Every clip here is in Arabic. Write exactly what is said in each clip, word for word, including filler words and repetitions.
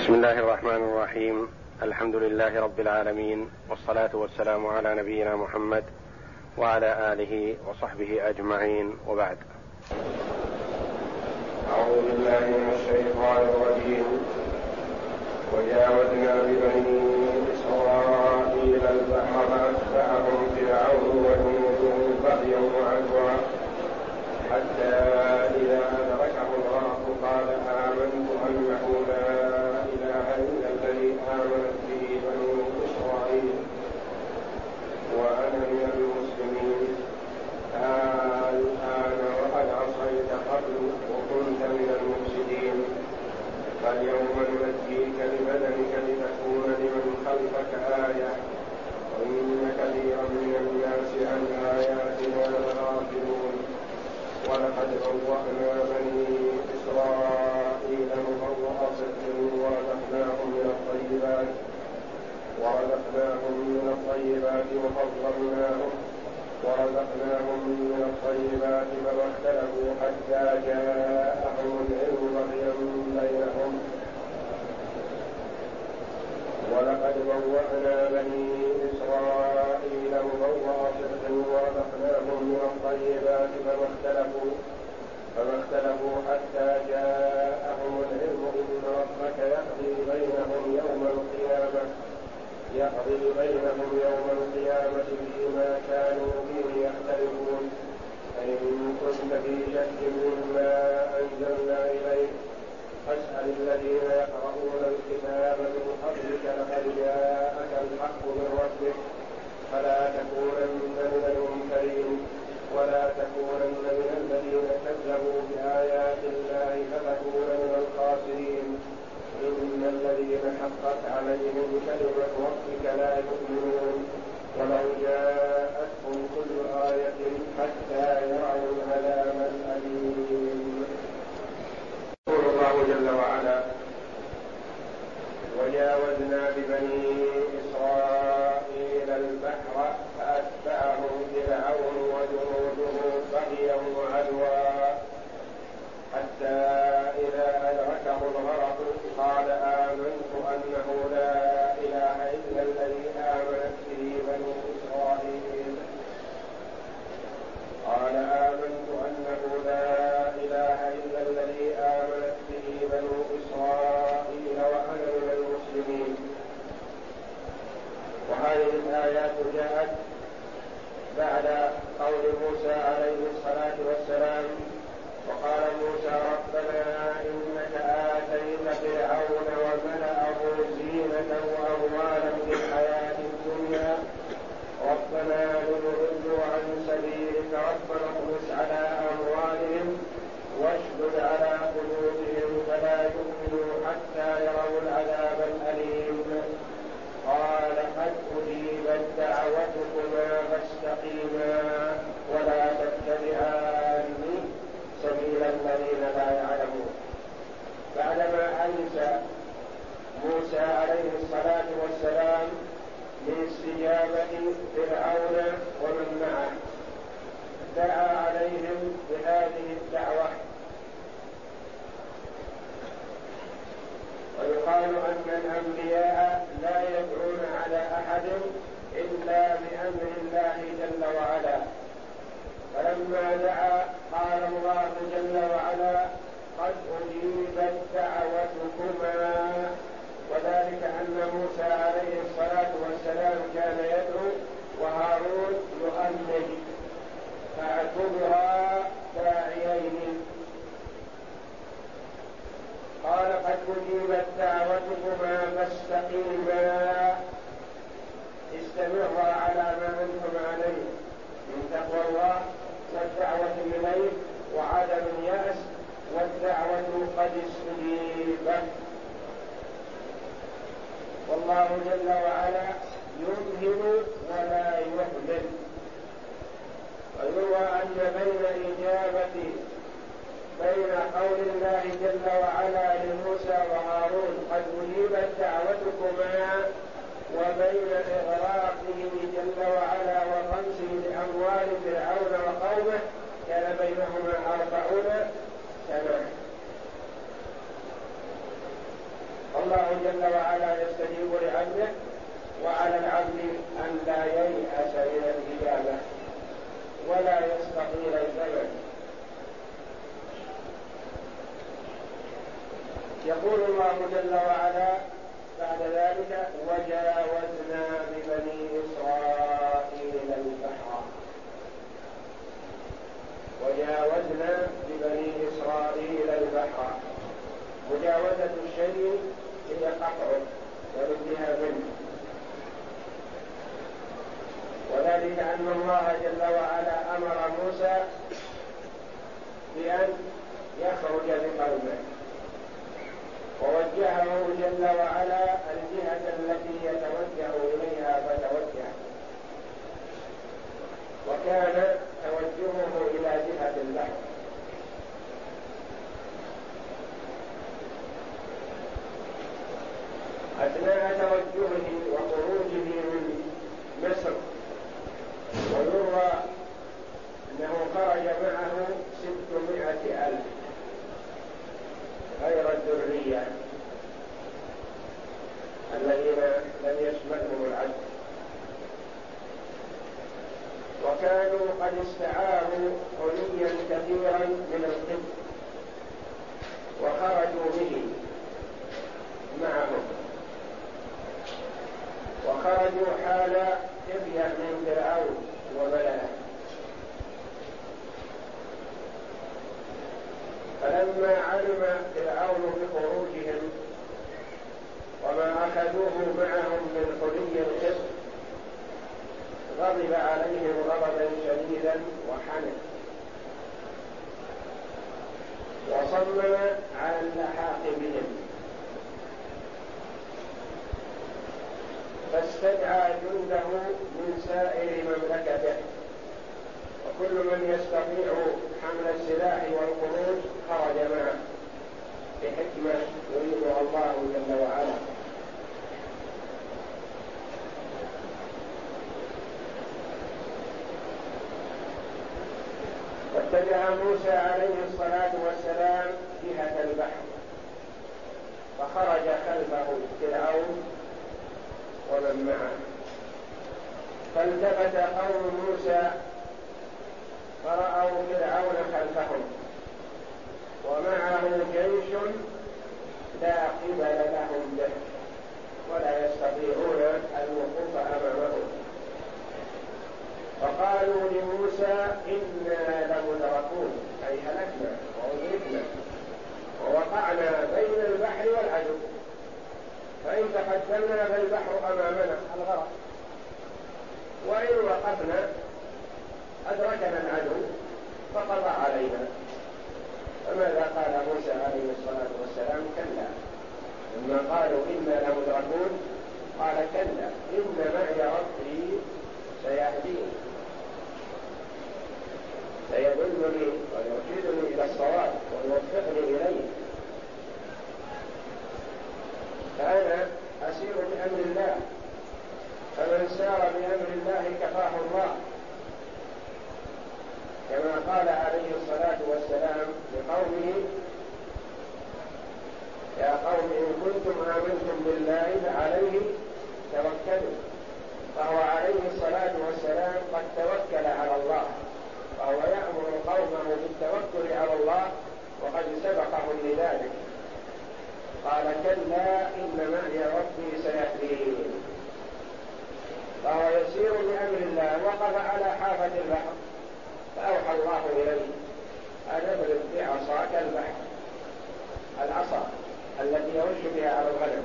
بسم الله الرحمن الرحيم. الحمد لله رب العالمين، والصلاة والسلام على نبينا محمد وعلى آله وصحبه أجمعين، وبعد. أعوذ بالله من الشيطان الرجيم. وجاوزنا ببني إسرائيل البحر فأتبعهم فرعون وجنوده بغيا وعدوا حتى إذا أدركه الغرق قال آمنت أنه لا إله إلا الذي آمنت به بنو إسرائيل وأنا من المسلمين. الآن وقد عصيت قبل وكنت من المفسدين، فاليوم ننجيك ببدنك لتكون لمن خلفك آية وإن كثيرا من الناس عن آياتنا لغافلون. ولقد بوأنا بني إسرائيل مبوأ صدق ورزقناهم من الطيبات ورزقناهم من الطيبات وفضلناهم ورزقناهم من الطيبات فما اختلفوا حتى جاءهم العلم بغيا بينهم. ولقد بوأنا بني إسرائيل مبوأ صدق ورزقناهم من الطيبات فما اختلفوا فما اختلفوا حتى جاءهم العلم إن ربك يقضي بينهم يوم القيامة يقضي بينهم يوم القيامة فيما كانوا فيه يختلفون. فإن كنت في شك مما أنزلنا إليك فاسأل الذين يقرؤون الكتاب من قبلك لقد جاءك الحق من ربك فلا تكونن من الممترين ولا تكونن من الذين كذبوا بآيات الله فتكون من الخاسرين. إن الذين حقت عليهم كلمة ربك لا يؤمنون ولو جاءتهم كل آية حتى يروا العذاب الأليم. يقول الله جل وعلا: وجاوزنا ببني إسرائيل البحر فأتبعهم فرعون وجنوده بغيا وعدوا حتى إذا أدركه الغرق قال آمنت أنه لا إله إلا الذي آمنت به بنو إسرائيل قال آمنت أنه لا إله إلا الذي آمنت به بنو إسرائيل وأنا من المسلمين. وهذه الآيات جاءت بعد قول موسى عليه الصلاة والسلام: وقال موسى ربنا إنك آتيت فرعون وملأه زينة وأموالا في الحياة الدنيا ربنا ليضلوا عن سبيلك ربنا اطمس على أموالهم واشدد على قلوبهم فلا يؤمنوا حتى يروا العذاب الأليم. قال قد أجيبت دعوتكما فاستقيما ولا تتبعان سبيل الذين لا يعلمون. بعدما أنسى موسى عليه الصلاة والسلام باستجابة فرعون ومن معه دعا عليهم بهذه الدعوة. ويقال أن الأنبياء لا يدعون على أحد إلا بأمر الله جل وعلا. فلما دعا قال الله جل وعلا: قد أجيبت دعوتكما. وذلك أن موسى عليه الصلاة والسلام كان يدعو وهارون يؤمن، فاعتبرا داعيين. قال قد أجيبت دعوتكما فاستقيما، استمرا على ما أنتم عليه من تقوى الله والدعوة إليه وعدم اليأس، والدعوة قد استجيبت. والله جل وعلا يمهل ولا يهمل. ويروى أن بين إجابة بين قول الله جل وعلا لموسى وهارون قد أجيبت دعوتكما وبين إغراقه جل وعلا وخمسه لأموال فرعون وقومه كان بينهما أربعون سنة. والله جل وعلا يستجيب لعبده، وعلى العبد أن لا ييأس من الإجابة ولا يستطيل الزمن. يقول الله جل وعلا بعد ذلك: وجاوزنا ببني إسرائيل البحر. وجاوزنا ببني إسرائيل البحر. مجاوزة الشيء هي قطعه والانتهاء منه، وذلك أن الله جل وعلا أمر موسى بأن يخرج بقومه، ووجهه جل وعلا الجهة التي يتوجه إليها فتوجه، وكان توجهه إلى جهة البحر. أثناء توجهه وخروجه من مصر، ويروى أنه خرج معه ستمائة ألف غير الذرية الذين لم يشملهم العدل، وكانوا قد استعاروا حليا كثيرا من القبط وخرجوا به معهم، وخرجوا حال خفية من فرعون وملئه. فلما علم فرعون بخروجهم وما أخذوه معهم من حلي القبط غضب عليهم غضبا شديدا وحنق، وصمم على اللحاق بهم، فاستدعى جنده من سائر مملكته، وكل من يستطيع حمل السلاح والخروج خرج معه بحكمة يريدها الله جل وعلا. واتجه موسى عليه الصلاة والسلام جهة البحر، فخرج خلفه فرعون ومن معه، فالتفت قوم موسى فرأوا فرعون خلفهم ومعه جيش لا قبل لهم به ولا يستطيعون الوقوف أمامه، فقالوا لموسى: إنا لمدركون، أي هلكنا وأدركنا ووقعنا بين البحر والعدو، فإن تقدمنا فالبحر أمامنا الغرق، وإن وقفنا أدركنا العدو فقضى علينا. فماذا قال موسى عليه الصلاة والسلام؟ كلا. لما قالوا إنا لمدركون قال: كلا إن معي ربي سيهديني، سيدلني ويرشدني إلى الصواب ويوفقني إليه، فأنا أسير بأمر الله، فمن سار بأمر الله كفاه الله، كما قال عليه الصلاة والسلام لقومه: يا قوم إن كنتم آمنتم بالله فعليه توكلوا. فهو عليه الصلاة والسلام قد توكل على الله، فهو يأمر قومه بالتوكل على الله، وقد سبقهم لذلك. قال: كلا إن معي ربي سيهدين. فهو يسير بأمر الله، وقف على حافة البحر، فأوحى الله إليه أن اضرب بعصاك البحر، العصا التي يهش بها على الغنم،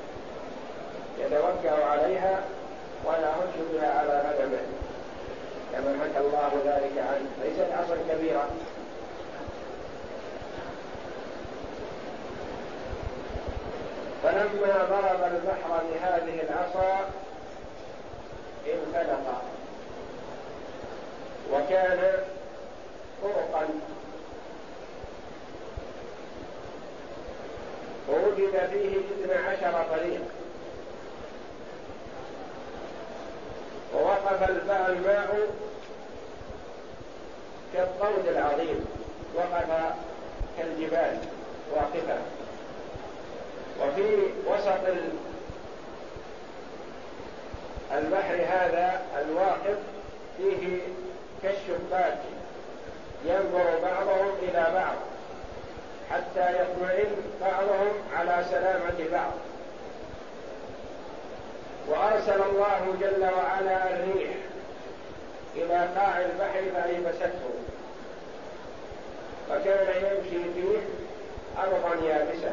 يتوكأ عليها ولا يهش بها على غنمه، كما حكى الله ذلك عنه، ليست عصا كبيرة. فلما ضرب البحر بهذه العصا انفلق، وكان طرقا ووجد فيه اثنا عشر طريق، ووقف الماء كالطود العظيم، وقف كالجبال واقفة، وفي وسط البحر هذا الواقف فيه كالشباك ينظر بعضهم إلى بعض حتى يطمئن بعضهم على سلامة بعض. وأرسل الله جل وعلا الريح إلى قاع البحر فأيبسته، فكان يمشي فيه أرضا يابسة.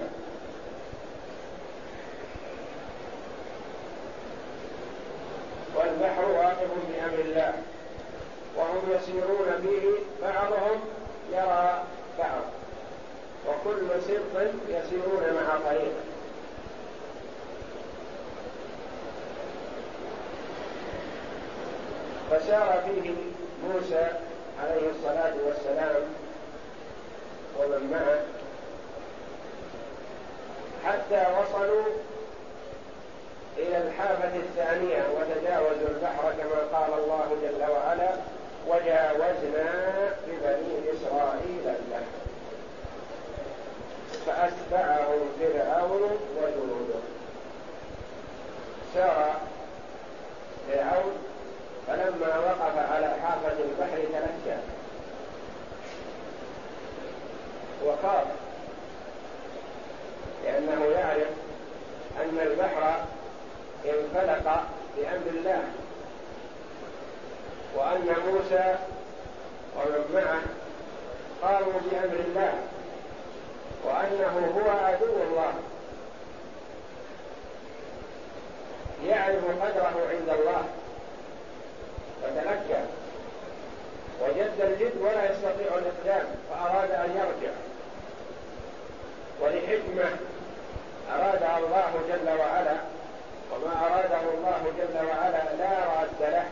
والبحر واقف بأمر الله وهم يسيرون به، بعضهم يرى بعض، وكل سبط يسيرون مع طريق. فسار فيه موسى عليه الصلاة والسلام ومن معه حتى وصلوا إلى الحافة الثانية وتجاوزوا البحر كما قال الله جل وعلا: وجاوزنا ببني إسرائيل البحر فأتبعهم فرعون وجنوده. سار فرعون فلما وقف على حافة البحر تلهى وخاف، لأنه يعرف أن البحر انفلق بأمر الله، وأن موسى ومن معه قاموا بأمر الله، وأنه هو عدو الله، يعرف قدره عند الله، فتلكى وجد الجد ولا يستطيع الإقدام، فأراد أن يرجع، ولحكمة أرادها الله جل وعلا، وما أراده الله جل وعلا لا راد له.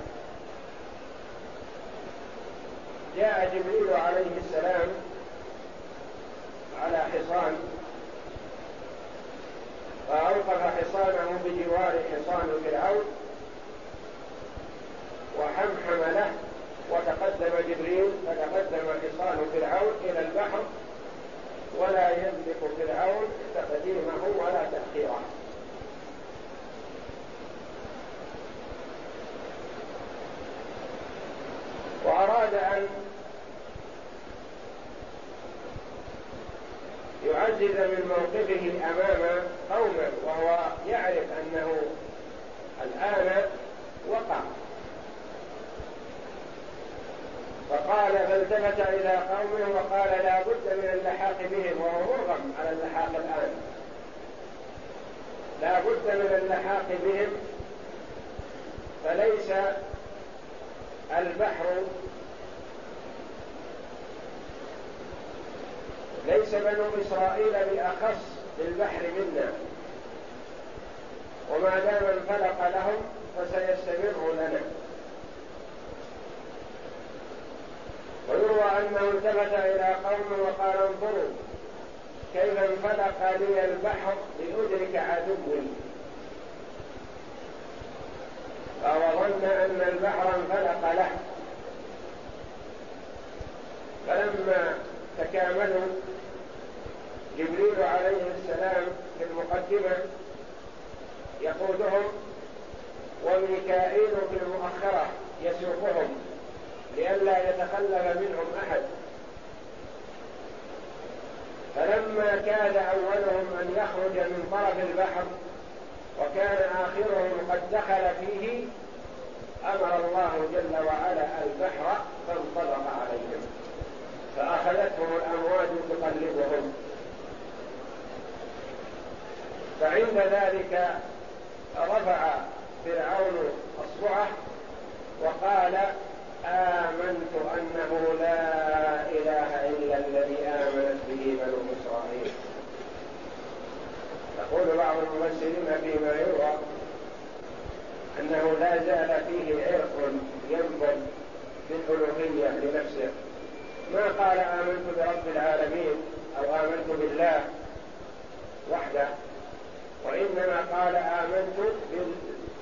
جاء جبريل عليه السلام على حصان فأوقف حصانه بجوار حصان فرعون وحمحم له، وتقدم جبريل فتقدم حصان فرعون إلى البحر، ولا يملك فرعون تقديمه ولا تأخيره. وأراد أن يعزز من موقفه أمام قومه، وهو يعرف أنه الآن وقع. فقال فالتفت إلى قومه وقال: لا بد من اللحاق بهم، وهو مرغم على اللحاق الآن، لا بد من اللحاق بهم. فليس البحر ليس بنو إسرائيل بأخص بالبحر منا، وما دام انفلق لهم فسيستمر لنا. ويروى أنه التفت إلى قومه وقال: انظروا كيف انفلق لي البحر لأدرك عدوي. فهو ظن أن البحر انفلق له، فلما تكاملوا جبريل عليه السلام في المقدمة يقودهم، وميكائيل في المؤخرة يسوقهم لئلا يتخلف منهم أحد. فلما كاد أولهم أن يخرج من طرف البحر وكان آخرهم قد دخل فيه، أمر الله جل وعلا البحر فانطلق عليهم فأخذتهم الأمواج تقلبهم. فعند ذلك رفع فرعون أصبعه وقال: آمنت أنه لا إله إلا الذي آمنت به بنو إسرائيل. يقول بعض المفسرين فيما يروى أنه لا زال فيه عرق ينبض بالألوهية لنفسه، ما قال آمنت برب العالمين أو آمنت بالله وحده، وإنما قال آمنت بال...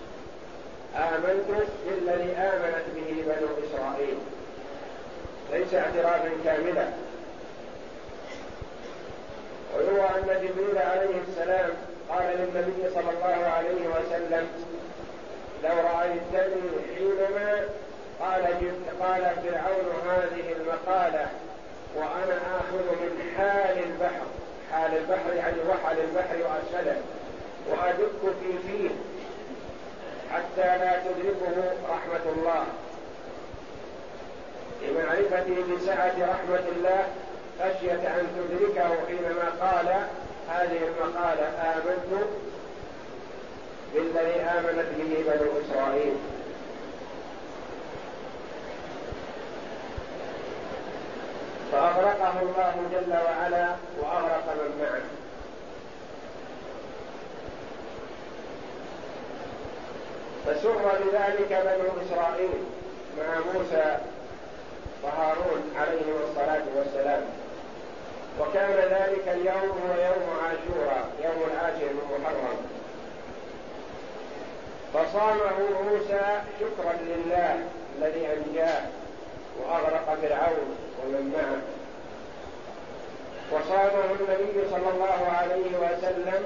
آمنت بالذي آمنت به بنو إسرائيل، ليس اعترافا كاملا. ويروى أن جبريل عليه السلام قال للنبي صلى الله عليه وسلم: لو رأيتني حينما قال قال فرعون هذه المقالة وأنا آخذ من حال البحر، حال البحر يعني وحل البحر وأسفله، وأدك في فيه حتى لا تدركه رحمة الله، لمعرفتي بسعة رحمة الله خشية أن تدركه حينما قال هذه المقالة: آمنت بالذي آمنت به بنو إسرائيل. فأغرقه الله جل وعلا وأغرق من معه. فسر بذلك بنو إسرائيل مع موسى وهارون عليهم الصلاة والسلام. وكان ذلك اليوم هو يوم عاشوراء، يوم العاشر من محرم، فصامه موسى شكرا لله الذي أنجاه وأغرق فرعون ومن معه، وصامه النبي صلى الله عليه وسلم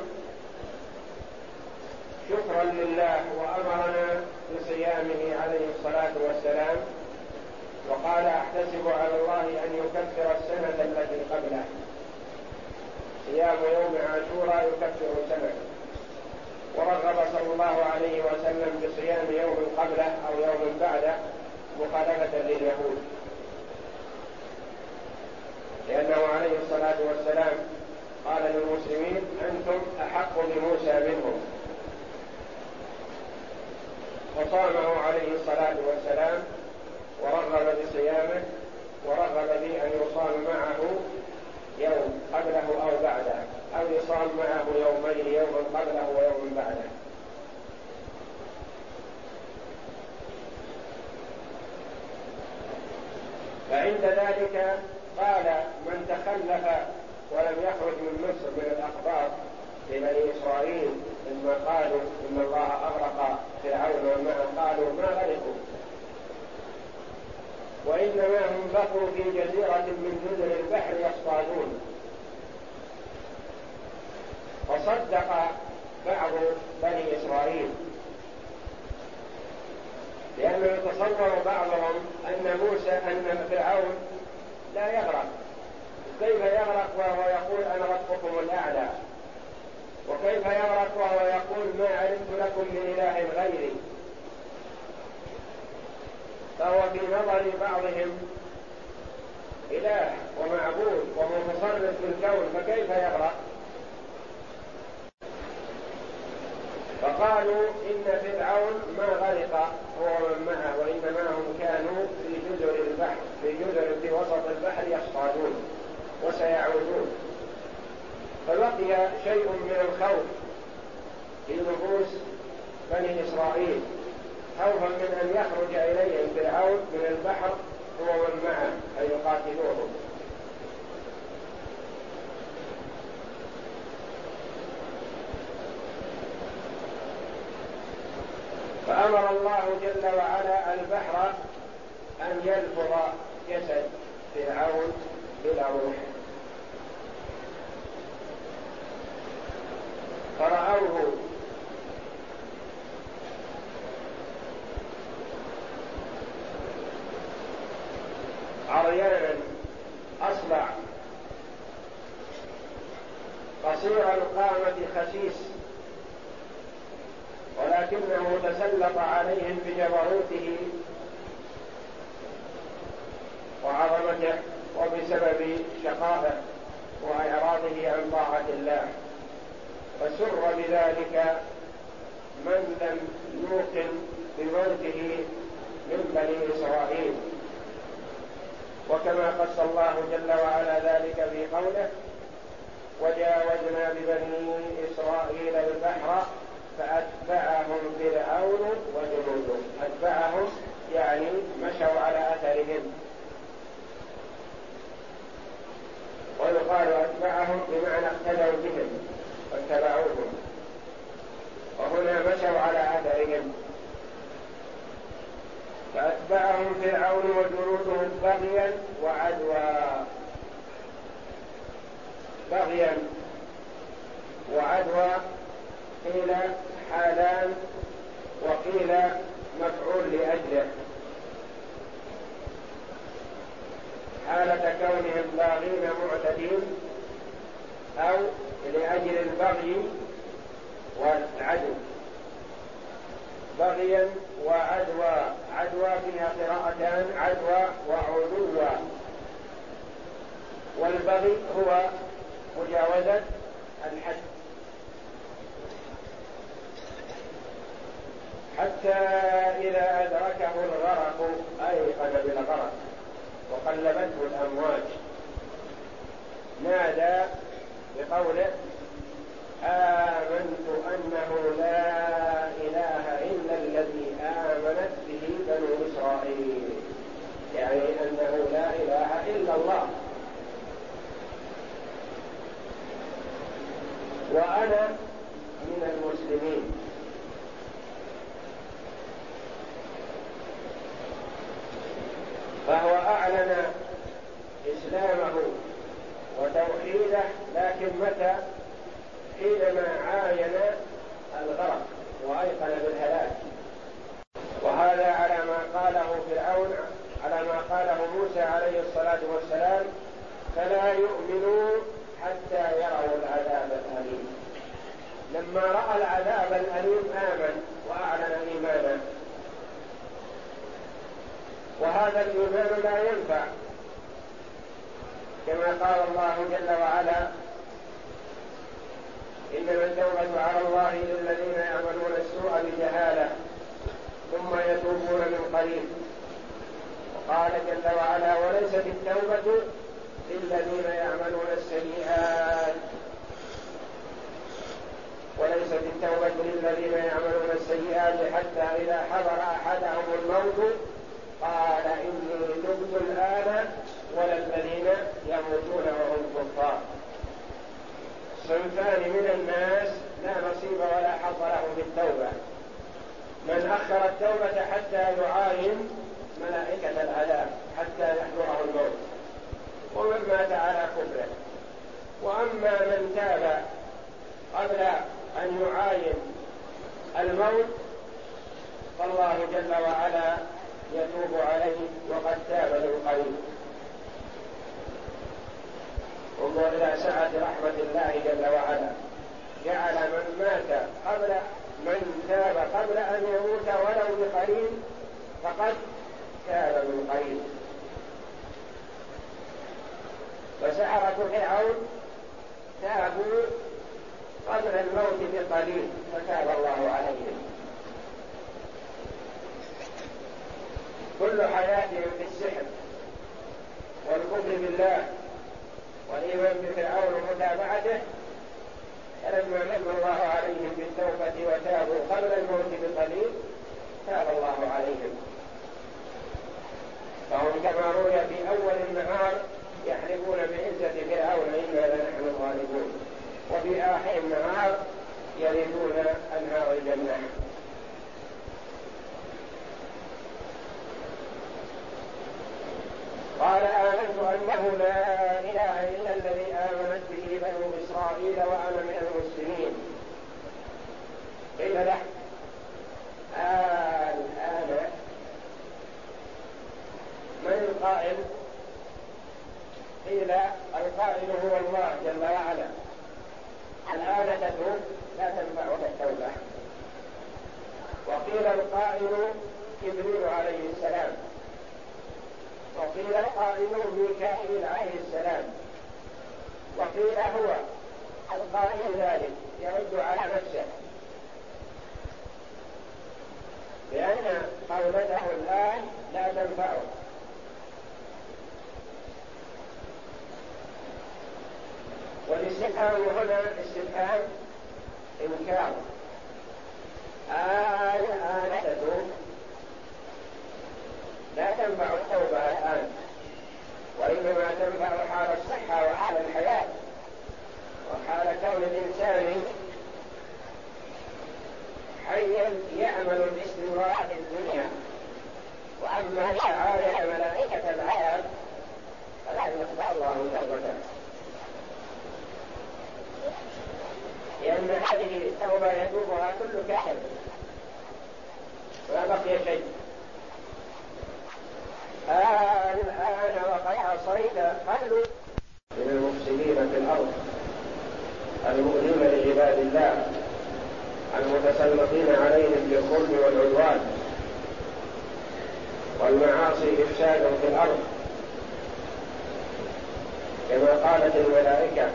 شكرا لله وأمرنا بصيامه عليه الصلاة والسلام، وقال: أحتسب على الله أن يكفر السنة التي قبله. صيام يوم عاشوراء يكفر سنة. ورغب صلى الله عليه وسلم بصيام يوم قبله أو يوم بعده مخالفة لليهود، لأنه عليه الصلاة والسلام قال للمسلمين: أنتم أحق بموسى منهم. فصامه عليه الصلاة والسلام ورغب بصيامه، ورغب بأن يصام معه يوم قبله أو بعده، أو يصام معه يومين، يوم قبله ويوم بعده. فعند ذلك قال من تخلف ولم يخرج من مصر من الأخبار لبني إسرائيل لما قالوا إن الله أغرق فرعون ومعه، قالوا ما غرقوا، وإنما هم بقوا في جزيرة من جزر البحر يصطادون. فصدق بعض بني إسرائيل، لأنه يتصور بعضهم أن موسى أن فرعون لا يغرق، كيف يغرق وهو يقول أنا ربكم الأعلى؟ وكيف يغرق وهو يقول ما علمت لكم من إله غيري؟ فهو في نظر بعضهم إله ومعبود ومتصرف في الكون، فكيف يغرق؟ فقالوا إن فرعون ما غرق هو ومن معه، وإنما هم كانوا في جزر البحر، في جزر في وسط البحر يصطادون وسيعودون. فبقي شيء من الخوف في نفوس بني إسرائيل، خوفا من أن يخرج إليهم فرعون من البحر هو ومن معه أن يقاتلوهم. فأمر الله جل وعلا البحر أن يلفظ جسد فرعون بلا روح، فرأوه عريانا أصلع قصير القامة خسيس، ولكنه تسلط عليهم بجبروته وعظمته وبسبب شقائه وإعراضه عن طاعة الله. فسر بذلك من لم يوقن بموته من بني إسرائيل، وكما قص الله جل وعلا ذلك في قوله: وجاوزنا ببني إسرائيل البحر فأتبعهم فرعون وجنوده. أتبعهم يعني مشوا على أثرهم، ويقال أتبعهم بمعنى اقتدوا بهم واتبعوهم، وهنا مشوا على أثرهم. فأتبعهم فرعون وجنوده بغيا وعدوى، بغيا وعدوى قيل حالان وقيل مفعول لأجله. حالة كونهم باغين معتدين أو لأجل البغي والعدو. بغيا وعدوى، عدوى فيها قراءتان، عدوى وعدوى. والبغي هو مجاوزة الحد. حتى إذا أدركه الغرق أيقن بالغرق وقلبته الأمواج نادى بقوله آمنت أنه لا إله إلا الذي آمنت به بنو إسرائيل، يعني أنه لا إله إلا الله وأنا من المسلمين. فهو أعلن إسلامه وتوحيده، لكن متى؟ حينما عاين الغرق وأيقن بالهلاك. وهذا على ما قاله فرعون، على ما قاله موسى عليه الصلاة والسلام فلا يؤمنوا حتى يروا العذاب الأليم. لما رأى العذاب الأليم آمن وأعلن إيمانه. وهذا الإيمان لا ينفع، كما قال الله جل وعلا إنما التوبة على الله للذين يعملون السوء بجهالة ثم يتوبون من قريب. وقال جل وعلا وليست التوبة للذين يعملون السيئات وليست التوبة للذين يعملون السيئات حتى إذا حضر أحدهم الموت قال إني تبت الآن ولا الذين يموتون وهم كفار. صنفان من الناس لا نصيب ولا حظ له في التوبة: من أخر التوبة حتى يعاين ملائكة العذاب حتى يحضره الموت، ومن مات على كفره. وأما من تاب قبل أن يعاين الموت فالله جل وعلا يتوب عليه وقد تاب من قريب. انظر إلى سعة رحمة الله جل وعلا، جعل من مات قبل من تاب قبل أن يموت ولو بقريب فقد تاب من قريب. فسحرة فرعون تابوا قبل الموت بقليل فتاب الله عليهم. كل حياتهم في السحر والكفر بالله والإيمان بفرعون ومتابعته، فلما من الله عليهم بالتوبة وتابوا قبل الموت بقليل تاب الله عليهم. فهم كما روي في أول النهار يحلفون بعزة فرعون إنا لنحن الغالبون، وفي آخر النهار يرثون أنهار الجنة. قال آمنت أنه لا إله إلا الذي آمنت به بنو إسرائيل وأنا من المسلمين. قيل له الآن من القائل؟ قيل القائل هو الله جل وعلا. الآن تتوب لا تنفعك التوبة. وقيل القائل جبريل عليه السلام، وقيل القائل ميكائيل عليه السلام، وقيل هو القائل ذلك يرد على نفسه، لأن قولته الآن لا تنفعه. والاستفهام هنا استفهام إنكار. آل آن تتوب لا تنفع التوبة الآن، وإنما تنفع حال الصحة وحال الحياة وحال كون الإنسان حيا يعمل باستمرار الدنيا. وأما إذا عاين ملائكة العذاب فلا يقبل الله توبته. لأن هذه التوبة يتوبها كل كافر ما بقي شيء. آه الآن وقد عصيت قالوا من المفسدين في الأرض المؤذين لعباد الله المتسلطين عليهم بالظلم والعدوان والمعاصي إفساد في الأرض، كما قالت الملائكة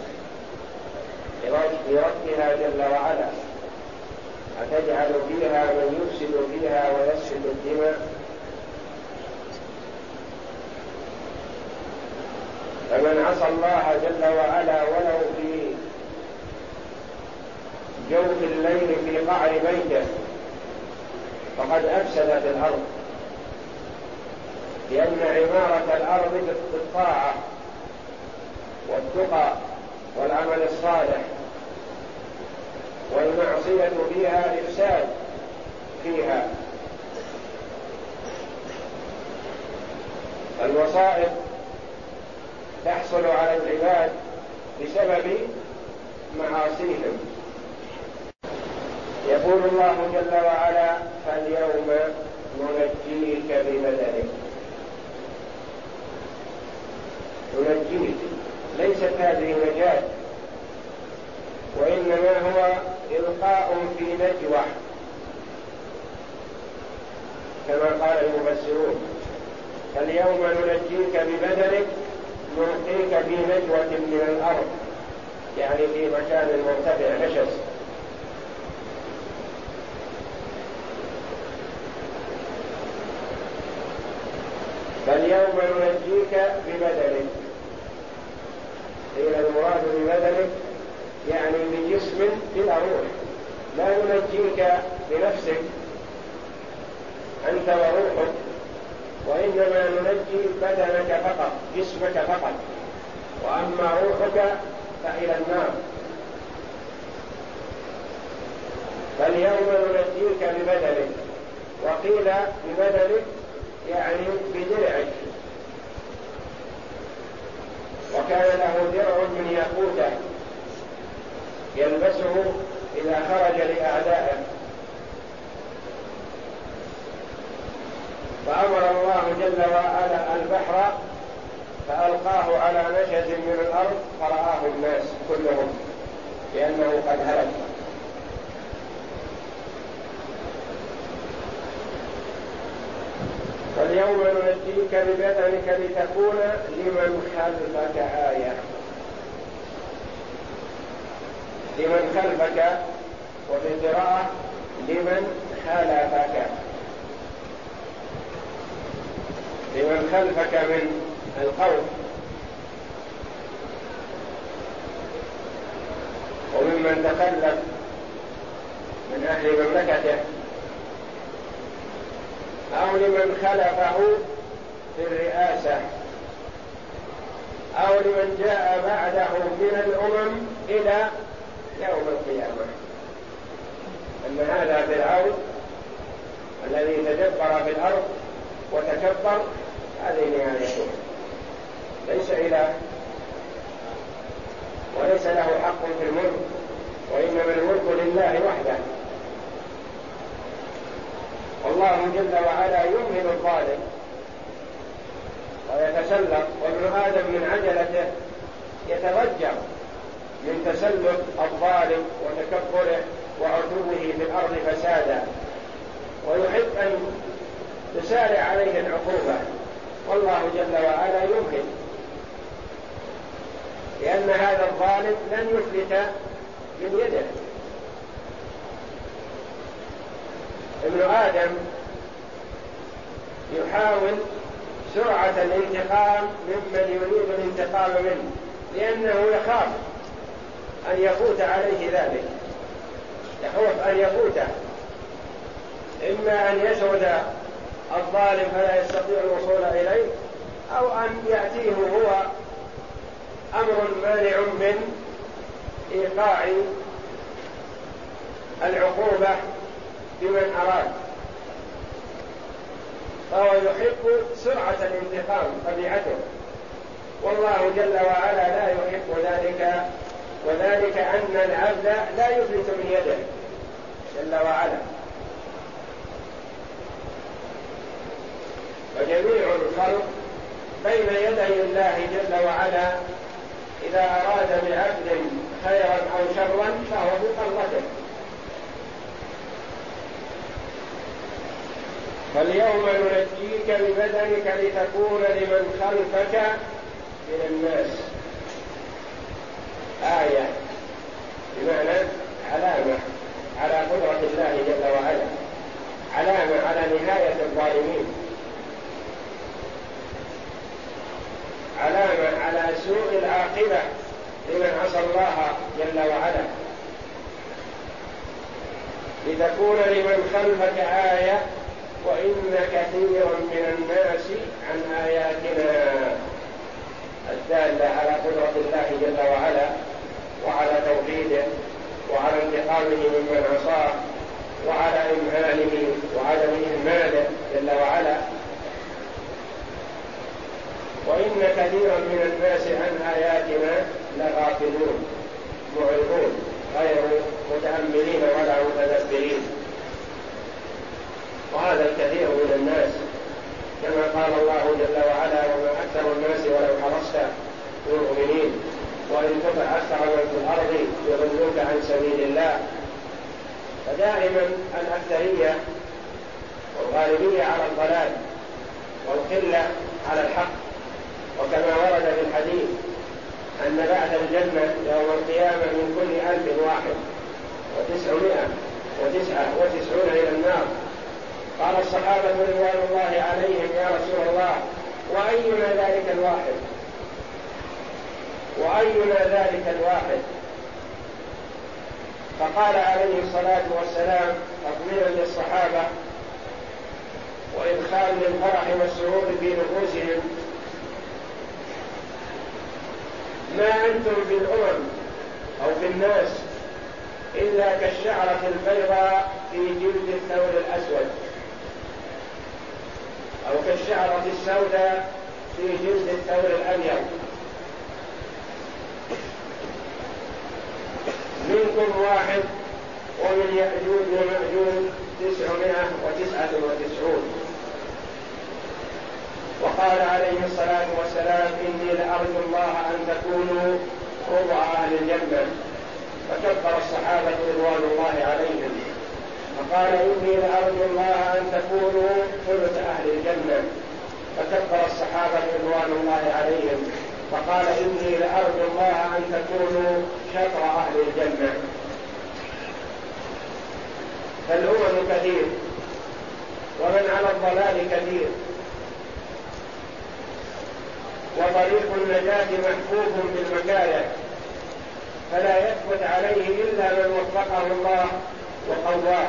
لربها جل وعلا: أتجعل فيها من يفسد فيها ويسفك الدماء. فمن عصى الله جل وعلا ولو في جوف الليل في قعر بيته فقد أفسد في الأرض، لأن عمارة الأرض بالطاعة والتقى والعمل الصالح، والمعصية فيها إفساد فيها. المصائب تحصل على العباد بسبب معاصيهم. يقول الله جل وعلا: فاليوم ننجيك ببدنك. ننجيك، ليست هذه نجاة، وإنما هو إلقاء في نجوى كما قال المفسرون: فاليوم ننجيك ببدنك، نلقيك في نجوة من الأرض، يعني في مكان مرتفع نشز. فاليوم ننجيك ببدنك، قيل المراد ببدنك يعني بجسم بلا روح، لا ننجيك بنفسك أنت وروحك، وإنما ننجي بدنك فقط، جسمك فقط، وأما روحك فإلى النار. فاليوم ننجيك ببدنك، وقيل ببدنك يعني بدرعك، وكان له درع من ياقوت يلبسه إذا خرج لأعدائه. فأمر الله جل وعلا البحر فألقاه على نشز من الأرض فرآه الناس كلهم لأنه قد هلك. فاليوم ننجيك ببدنك لتكون لمن خلفك آية. لمن خلفك، وفي قراءة لمن خلفك، لمن خلفك من القوم وممن تخلف من أهل مملكته، أو لمن خلفه في الرئاسة، أو لمن جاء بعده من الأمم إلى يوم القيامة. أن هذا فرعون الذي تجبر في الأرض وتكبر، هذه نهايته، ليس إله وليس له حق في الملك، وإنما الملك لله وحده. والله جل وعلا يمهل الظالم ويتسلط، وابن آدم من عجلته يتضجر من تسلط الظالم وتكبره وعتوه في الأرض فسادا، ويحب أن تسارع عليه العقوبة، والله جل وعلا يمهل، لأن هذا الظالم لن يفلت من يده. ابن آدم يحاول سرعة الانتقام ممن يريد الانتقام منه، لأنه يخاف أن يفوت عليه ذلك، يخوف أن يفوته، إما أن يسعد الظالم فلا يستطيع الوصول إليه، أو أن يأتيه هو أمر مانع من إيقاع العقوبة بمن أراد، فهو يحب سرعة الانتقام طبيعته، والله جل وعلا لا يحب ذلك وذلك أن العبد لا يفلت من يده جل وعلا، وجميع الخلق بين يدي الله جل وعلا، إذا أراد بعبد خيرا أو شرا فهو في قبضته. فاليوم ننجيك ببدنك لتكون لمن خلفك من الناس آية، بمعنى علامة على قدرة الله جل وعلا، علامة على نهاية الظالمين، علامة على سوء العاقبة لمن عصى الله جل وعلا، لتكون لمن خلفك آية وإن كثيرا من الناس عن آياتنا، الدالة على قدرة الله جل وعلا وعلى توحيده وعلى انتقامه ممن عصاه وعلى إمهاله وعدم إهماله جل وعلا. وإن كثيرا من الناس عن آياتنا لغافلون معرضون غير متأملين ولا متدبرين. وهذا الكثير من الناس كما قال الله جل وعلا: وما أكثر الناس ولو حرصت بمؤمنين وإن تطع أكثر من في الأرض يضلوك عن سبيل الله. فدائما الأكثرية والغالبية على الضلال والقلة على الحق. وكما ورد في الحديث أن بعد الجنة يوم القيامة من كل ألف واحد وتسعمائة وتسعة وتسعون إلى النار. قال الصحابة رضوان الله عليهم: يا رسول الله وأينا ذلك الواحد وأينا ذلك الواحد؟ فقال عليه الصلاة والسلام تطمينا للصحابة وإدخال للفرح والسرور في نفوسهم: ما أنتم في الأمم أو في الناس إلا كالشعرة البيضاء في جلد الثور الأسود، أو كالشعرة السوداء في جلد الثور الأبيض. منكم واحد ومن يأجوج ومأجوج تسعمائة وتسعة وتسعون. وقال عليه الصلاة والسلام: إني لأرجو الله أن تكونوا ربع أهل الجنة. فكبر الصحابة رضوان الله عليهم فقال: إني لأرجو الله أن تكونوا ثلث أهل الجنة. فكبر الصحابة رضوان الله عليهم فقال: إني لأرجو الله أن تكونوا شطر أهل الجنة. فالأمم كثير ومن على الضلال كثير، وطريق النجاة محفوف بالمكاره، فلا يثبت عليه إلا من وفقه الله وقواه.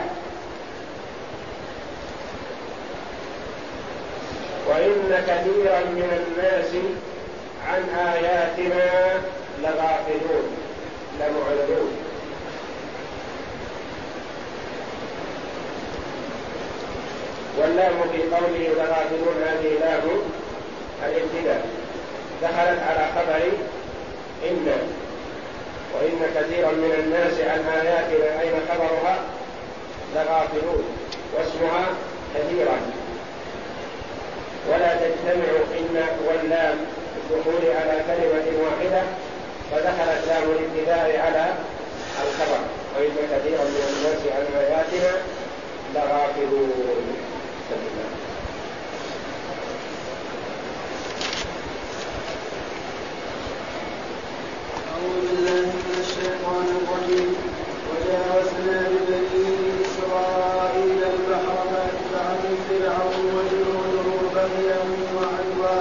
وإن كثيرا من الناس عن آياتنا لغافلون لمعرضون. واللام في قوله لغافلون هذه لام الابتداء دخلت على خبر إن. وإن كثيرا من الناس عن آياتنا أين خبرها؟ لغافلون، واسمها كثيرا، ولا تجتمع إن واللام الدخول على كلمة واحدة، فدخلت لام الابتداء على الخبر. وإن كثيرا من الناس عن آياتنا لغافلون. أعوذ بالله من الشيطان الرجيم. وجاوزنا ببني إسرائيل البحر فأتبعهم فرعون وجنوده بغيا وعدوا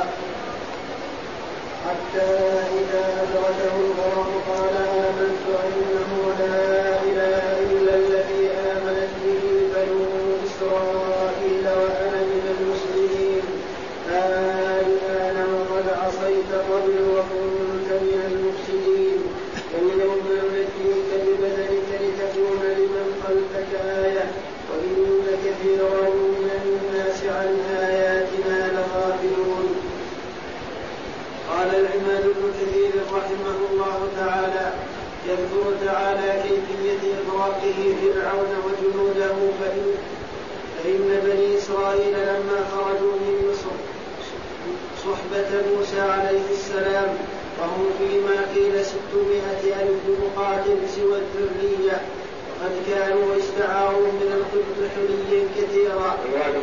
حتى إذا أدركه الغرق قال آمنت أنه لا إله إلا الذي آمنت به بنو إسرائيل وأنا من المسلمين. الآن وقد عصيت قبل وكنت من المفسدين. فاليوم ننجيك ببدنك لتكون لمن خلفك آية وإن كثيرا من الناس عن آياتنا لغافلون. قال العماد بن كثير رحمه الله تعالى: يذكر تعالى كيفية إغراقه فرعون وجنوده فإن, فإن بني إسرائيل لما خرجوا من مصر صحبة موسى عليه السلام وهم فيما قيل ستمائة ألف مقاتل سوى الذرية وقد كانوا استعاروا من القبط حليا كثيرا.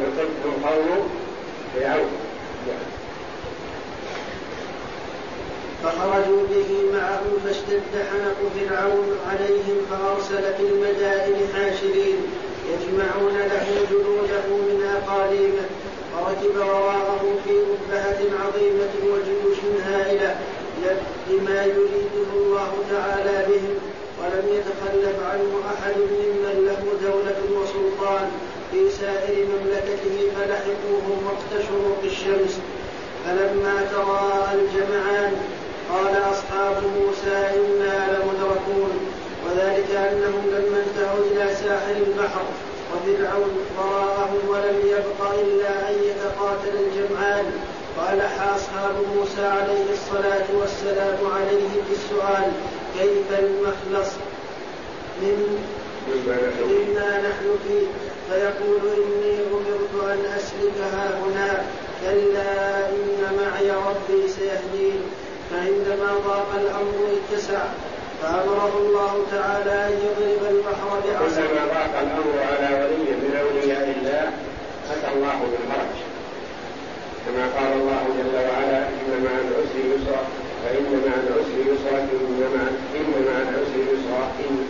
فخرجوا به معه فاشتد حنق فرعون عليهم فأرسل في المدائن حاشرين يجمعون له جنوده من أقاليمه وركب وراءه في أبهة عظيمة وجيوش هائلة لما يريده الله تعالى بهم ولم يتخلف عنه أحد ممن له دولة وسلطان في سائر مملكته فلحقوهم وقت شروق الشمس. فلما تراءى الجمعان قال أصحاب موسى إنا لمدركون وذلك أنهم لما انتهوا إلى ساحل البحر وفرعون وراءهم ولم يبق إلا أن يتقاتل الجمعان وألح أصحاب موسى عليه الصلاة والسلام عليه في السؤال كيف المخلص من مما نحن فيه فيقول إني أمرت أن أسلك هاهنا كلا إن معي ربي سيهدين. فعندما ضاق الأمر اتسع فأمره الله تعالى أن يضرب البحر بعصا. كلما ضاق الأمر على ولي من أولياء الله أتى الله بالفرج كما قال الله جل وعلا إن مع العسر يسرا فإن مع العسر يسرا إن مع إن مع العسر يسرا إن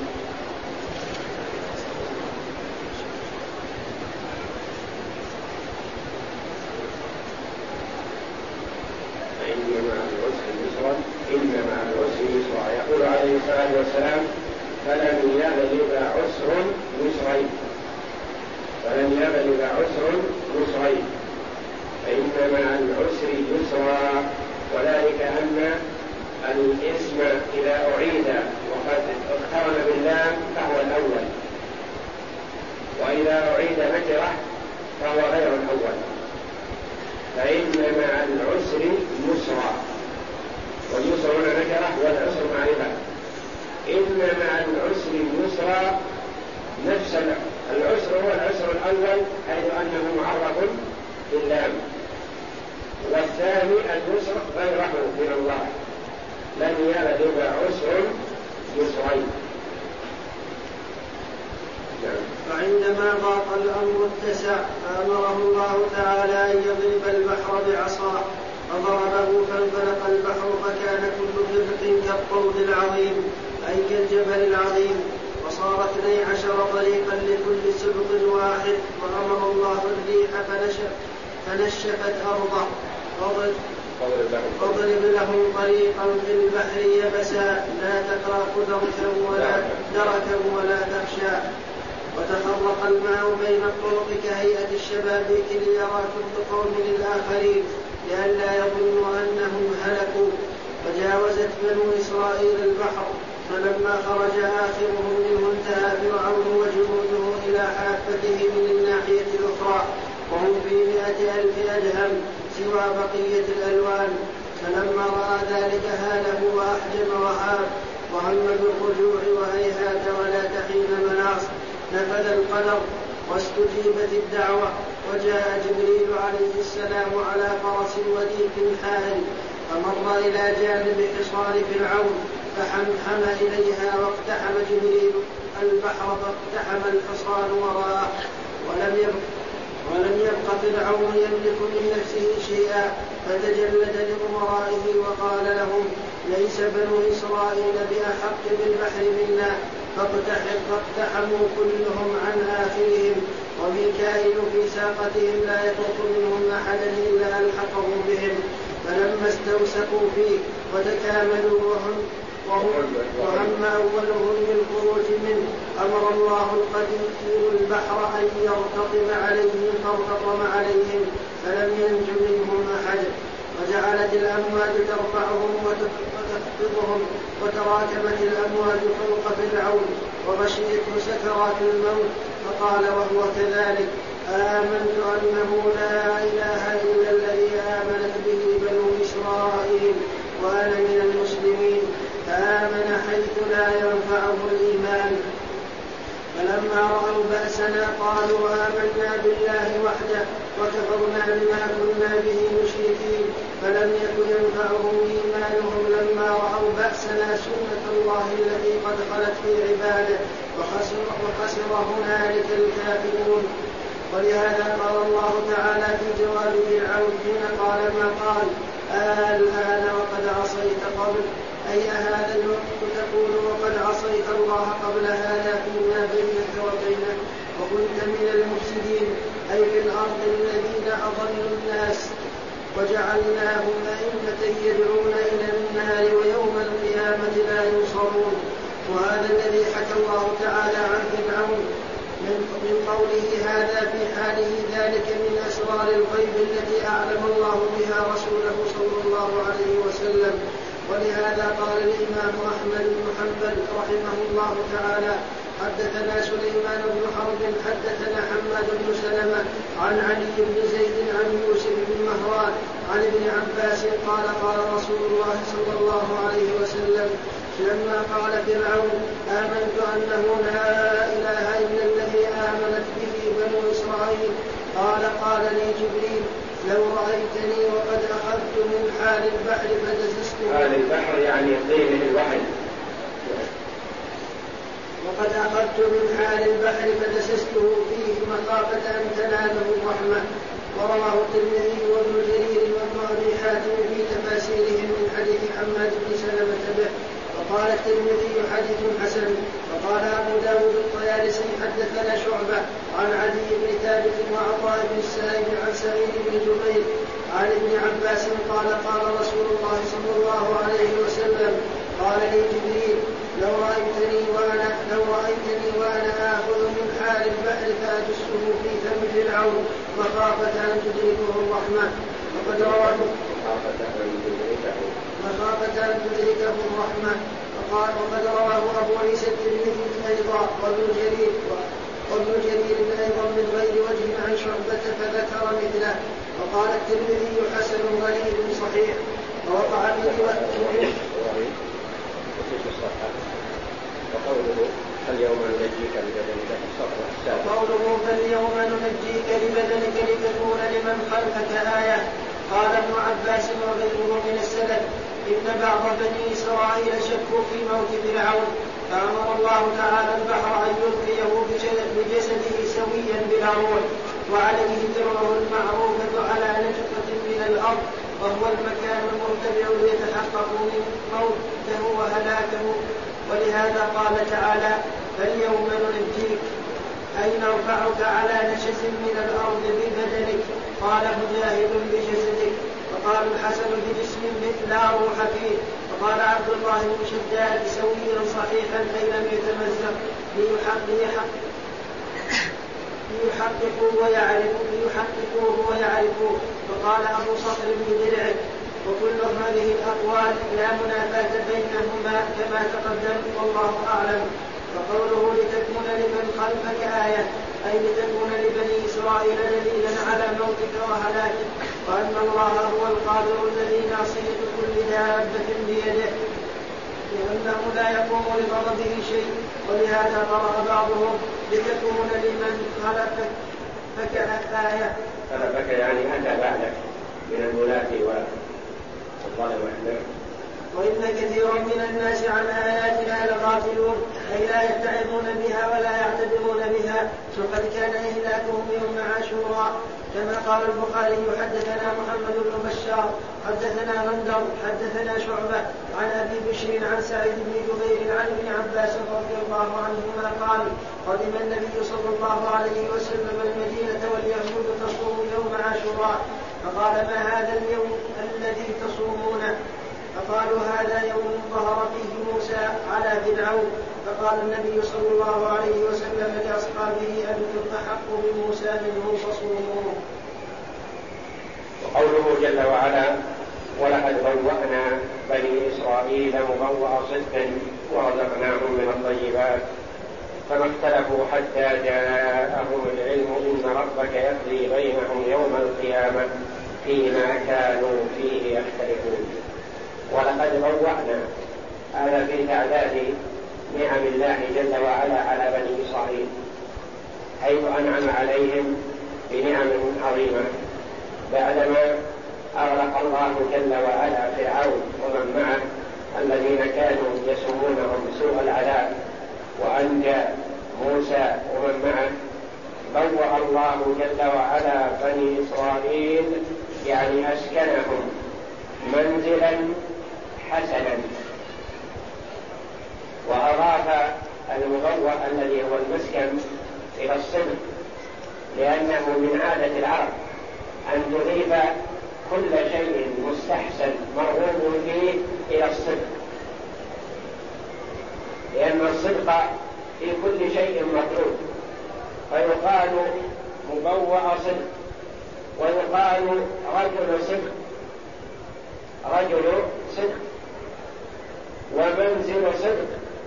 فإن مع العسر يسرا إن مع العسر يسرا. يقول عليه الصلاة والسلام فلن يغلب عسر يسرين فلن يغلب عسر يسرين فإن مع العسر يسرا. وذلك أن الاسم إذا أعيد وقد اقترن باللام فهو الأول وإذا أعيد نكرة فهو غير الأول. فإن مع العسر يسرا واليسر نكرة والعسر معرفة. إن مع العسر يسرا نفس العسر هو العسر الأول حيث أنه معرف باللام والثاني اليسر غيره من الله لن يغلب عسر يسرين. فعندما ضاق الأمر اتسع فأمره الله تعالى أن يضرب البحر بعصاه فضربه فانفلق البحر فكان كل فرق كالطود العظيم أي كالجبل العظيم وصار اثني عشر طريقا لكل سبط واحد. وأمر الله الريح فنشف فنشفت أرضه فاضرب لهم طريقا في البحر يبسا لا تخاف دركا ولا دركا ولا تخشى. وتفرق الماء بين الطرق كهيئة الشبابيك ليرى كل قوم للآخرين لئلا يظنوا أنهم هلكوا. فجاوزت بنو إسرائيل البحر فلما خرج آخرهم منه انتهى فرعون وجنوده إلى حافته من الناحية الأخرى وهم في مئة ألف أدهم سوى بقية الألوان. فلما رأى ذلك هاله وأحجم وهاب وهم بالرجوع وهيهات ولا تحين مناص نفذ القدر واستجيبت الدعوة. وجاء جبريل عليه السلام على فرس وديك حائل فمر إلى جانب حصار فرعون فحمحم إليها واقتحم جبريل البحر فاقتحم الحصان وراءه ولم يبق ولم يبق فرعون يملك من نفسه شيئا فتجلد لأمرائه وقال لهم ليس بنو إسرائيل بأحق بالبحر منا فاقتحموا كلهم عن آخرهم وميكائيل في ساقتهم لا يترك منهم أحدا إلا ألحقه بهم. فلما استوسقوا فيه وتكاملوا وهم وهم أولهم بالخروج منه أمر الله القدير البحر أن يرتطم عليهم فارتطم عليهم فلم ينج منهم أحد. وجعلت الأمواج ترفعهم وتخفضهم وتراكمت الأمواج فوق فرعون وغشيته سكرات الموت فقال وهو كذلك آمنت أنه لا إله إلا الذي آمنت به بنو إسرائيل وأنا من المسلمين. فآمن حيث لا ربنا قالوا آمنا بالله وحده وكفرنا بما كنا به مشركين فلم يكن ينفعهم إيمانهم لما رأوا بأسنا سنة الله التي قد خلت في عباده وخسر, وخسر هنالك الكافرون. ولهذا قال الله تعالى في جواب فرعون حين قال ما قال الآن وقد عصيت قبل أي هذا الوقت تقول وقد عصيت الله قبل هذا فيما بينك وبينه وكنت من المفسدين أي في الأرض الذين أضلوا الناس وجعلناهم أئمة يدعون إلى النار ويوم القيامة لا ينصرون. وهذا الذي حكى الله تعالى عن فرعون من قوله هذا في حاله ذلك من أسرار الغيب التي أعلم الله بها رسوله صلى الله عليه وسلم. ولهذا قال الإمام أحمد بن حنبل رحمه الله تعالى حدثنا سليمان بن حرب حدثنا حماد بن سلمة عن علي بن زيد عن يوسف بن مهران عن ابن عباس قال قال رسول الله صلى الله عليه وسلم لما قال فرعون آمنت أنه لا إله إلا الذي آمنت به بنو إسرائيل قال قال لي جبريل لو رأيتني وقد أخذت من حال البحر فدسسته. حال البحر يعني طين البحر. وقد أخذت من حال البحر فدسسته فيه مخافة أن تناله الرحمة. ورواه الترمذي وابن جرير وابن أبي حاتم في تفاسيرهم من حديث حماد بن سلمة به. وقال الترمذي حديث حسن. وقال أبو داود الطيالسي حدثنا شعبة عن عدي بن ثابت وعطاء بن السائب عن سعيد بن جبير عن ابن عباس قال قال رسول الله صلى الله عليه وسلم قال لي جبريل لو رأيتني وأنا لو رأيتني وأنا آخذ من حال البحر فأدسه في فم فرعون مخافة أن تدركه الرحمة. وقد رواه مخافة أن تدركه الرحمة. وقال وقد رواه أبو عيسى الترمذي أيضا وابن جرير وابن جرير أيضا من غير وجه عن شعبة فذكر مثله. وقال الترمذي حسن غريب صحيح. ووقع به وقوله فاليوم ننجيك لبدنك وقوله فاليوم ننجيك لبدنك لتكون لمن خلفك آية. قال ابن عباس وغيره من السلف إن بعض بني إسرائيل شكوا في موت فرعون فأمر الله تعالى البحر أن يلقيه بجسده سويا بلا روح وعليه درعه المعروفة على نجفة من الأرض وهو المكان المرتفع ليتحققوا من موته وهلاكه. ولهذا قال تعالى فاليوم ننجيك أي نرفعك على نشز من الأرض ببدنك. قال مجاهد بجسدك. وقال الحسن بجسم لا روح فيه. وقال عبد الله بن شداد سويا صحيحا أي لم يتمزق ليحققوا ويعرفوا ليحققوه ويعرفوه. وقال أبو صخر بن درع وكل هذه الأقوال لا منافاة بينهما كما تقدم والله أعلم. وقوله لتكون لمن خلفك آية أي لتكون لبني إسرائيل دليلا على موتك وهلاكك وأن الله هو القادر الذي ناصية كل دابة بيده لأنه لا يقوم لغضبه شيء. ولهذا قرأ بعضهم لتكون لمن خلفك آية. خلفك يعني أتى بعدك من الولاة والظلمة. وإن كثيرا من الناس عن آياتنا لغافلون أي لا يتعظون بها ولا يعتبرون بها. وقد كان إهلاكهم يوم عاشوراء كما قال البخاري حدثنا محمد بن بشار حدثنا غندر حدثنا شعبة عن أبي بشر عن سعيد بن جبير عن ابن عباس رضي الله عنهما قال قدم النبي صلى الله عليه وسلم المدينة واليهود تصوم يوم عاشوراء فقال ما هذا اليوم الذي تصومونه؟ فقالوا هذا يوم ظهر فيه موسى على فرعون. فقال النبي صلى الله عليه وسلم لأصحابه أنتم أحق بموسى منه فصوموه. وقوله جل وعلا ولقد بوأنا بني إسرائيل مبوأ صدق ورزقناهم من الطيبات فما اختلفوا حتى جاءهم العلم إن ربك يقضي بينهم يوم القيامة فيما كانوا فيه يختلفون. ولقد بوأنا هذا في تعداد نعم الله جل وعلا على بني إسرائيل حيث أنعم عليهم بنعم عظيمة بعدما أغرق الله جل وعلا فرعون ومن معه الذين كانوا يسومونهم سوء العذاب، وأنجى موسى ومن معه. بوأ الله جل وعلا بني إسرائيل يعني أسكنهم منزلا حسنا، وأضاف المبوأ الذي هو المسكن إلى الصدق، لأنه من عادة العرب أن تضيف كل شيء مستحسن مرغوب فيه إلى الصدق، لأن الصدق في كل شيء مطلوب، فيقال مبوأ صدق، ويقال رجل صدق رجل صدق ومنزل صدق،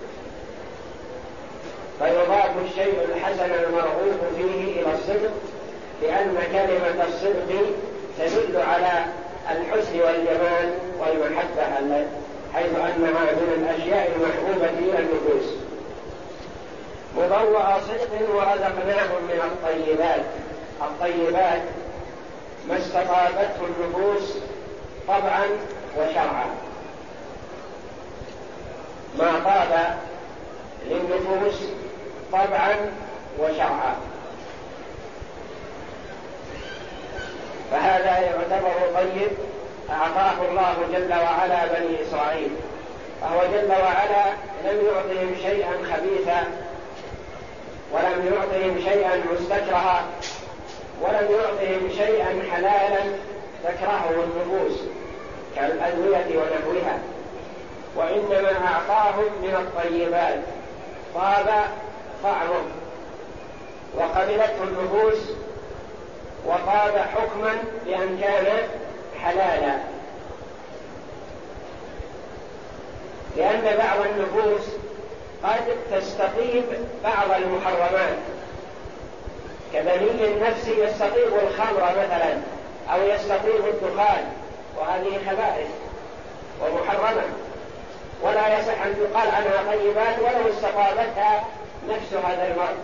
فيضاف الشيء الحسن المرغوب فيه إلى الصدق، لأن كلمة الصدق تدل على الحسن والجمال والمحبة، حيث أنها من الأشياء المحبوبة إلى النفوس. مبوأ صدق ورزقناهم من الطيبات. الطيبات ما استطابته النفوس طبعا وشرعا، ما طاب للنفوس طبعا وشرعا، فهذا يعتبر طيب أعطاه الله جل وعلا بني إسرائيل، فهو جل وعلا لم يعطهم شيئا خبيثا، ولم يعطهم شيئا مستكرها، ولم يعطهم شيئا حلالا تكرهه النفوس كالأدوية ونحوها، وإنما أعطاهم من الطيبات طاب طعمه وقبلته النفوس، وطاب حكما بأن كان حلالا، لأن بعض النفوس قد تستطيب بعض المحرمات، كبني النفس يستطيب الخمر مثلا أو يستطيب الدخان، وهذه خبائث ومحرمة، ولا يصح أن يقال عنها طيبات ولو استطابتها نفس هذا المرء.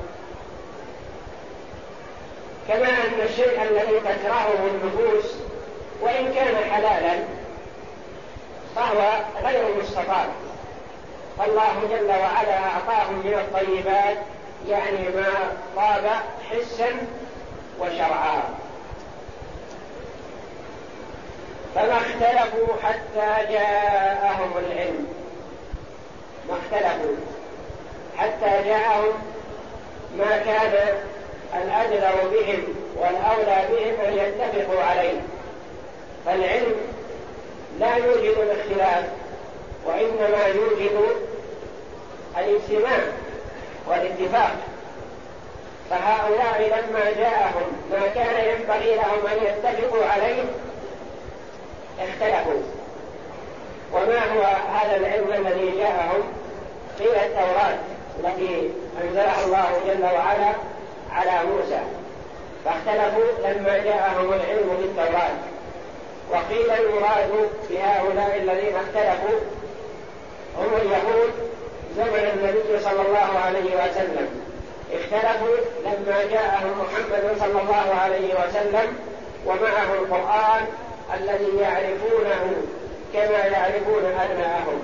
كما أن الشيء الذي تكرهه النفوس وإن كان حلالا فهو غير مستطاب، فالله جل وعلا أعطاهم من الطيبات يعني ما طاب حسا وشرعا. فما اختلفوا حتى جاءهم العلم، ما اختلفوا حتى جاءهم ما كان الأدلى بهم والأولى بهم أن يتفقوا عليه، فالعلم لا يوجد الاختلاف، وإنما يوجد الاجتماع والاتفاق. فهؤلاء لما جاءهم ما كان ينبغي لهم أن يتفقوا عليه اختلفوا. وما هو هذا العلم الذي جاءهم؟ قيل التوراة التي أنزلها الله جل وعلا على موسى، فاختلفوا لما جاءهم العلم بالتوراة. وقيل المراد بهؤلاء الذين اختلفوا هم اليهود زمن النبي صلى الله عليه وسلم، اختلفوا لما جاءهم محمد صلى الله عليه وسلم ومعه القرآن الذي يعرفونه كما يعرفون أبناءهم،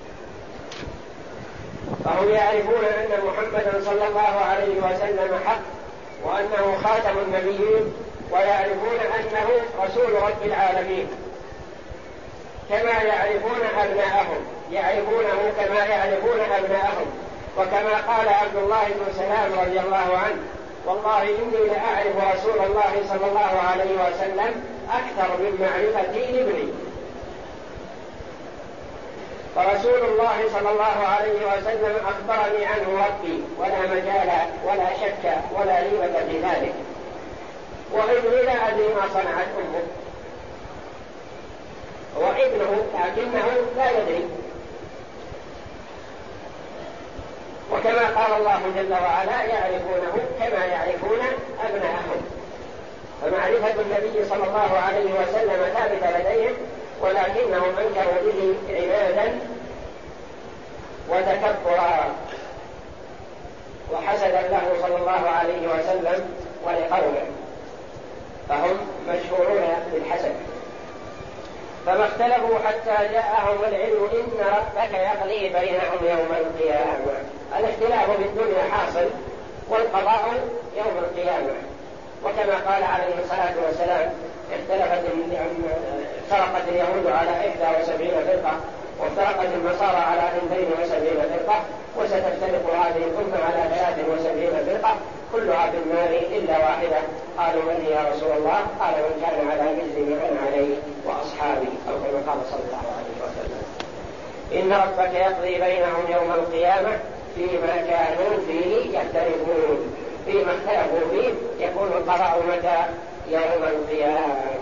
فهم يعرفون أن محمدا صلى الله عليه وسلم حق وأنه خاتم النبيين، ويعرفون أنه رسول رب العالمين كما يعرفون أبناءهم، يعرفونه كما يعرفون أبناءهم. وكما قال عبد الله بن سلام رضي الله عنه: والله إني لأعرف رسول الله صلى الله عليه وسلم أكثر من معرفتي لابني. فرسول الله صلى الله عليه وسلم أخبرني عنه ربي، ولا مجال ولا شك ولا ريبة في ذلك، وابني لا أدري ما صنعت أمه، وابنه لكنه لا يدري. وكما قال الله جل وعلا: يعرفونه كما يعرفون أبناءهم. فمعرفة النبي صلى الله عليه وسلم ثابتة لديهم، ولكنهم أنكروا به عنادا وتكبرا، وحسدا له صلى الله عليه وسلم ولقومه، فهم مشهورون بالحسد. فما اختلفوا حتى جاءهم العلم إن ربك يقضي بينهم يوم القيامة. الاختلاف في الدنيا حاصل والقضاء يوم القيامة. وكما قال عليه الصلاة والسلام اختلفت فرقت اليهود على إحدى وسبعين فرقة وافترقت النصارى على اثنتين وسبعين فرقة وستفترق هذه الأمة على ثلاث وسبعين فرقة كلها في النار إلا واحدة. قالوا من يا رسول الله؟ قال من كان على مثل ما أنا عليه وأصحابي، أو كما قال صلى الله عليه وسلم. إن ربك يقضي بينهم يوم القيامة فيما كانوا فيه يختلفون، فيما اختلفوا فيه يكون القضاء متى؟ يوم القيامة.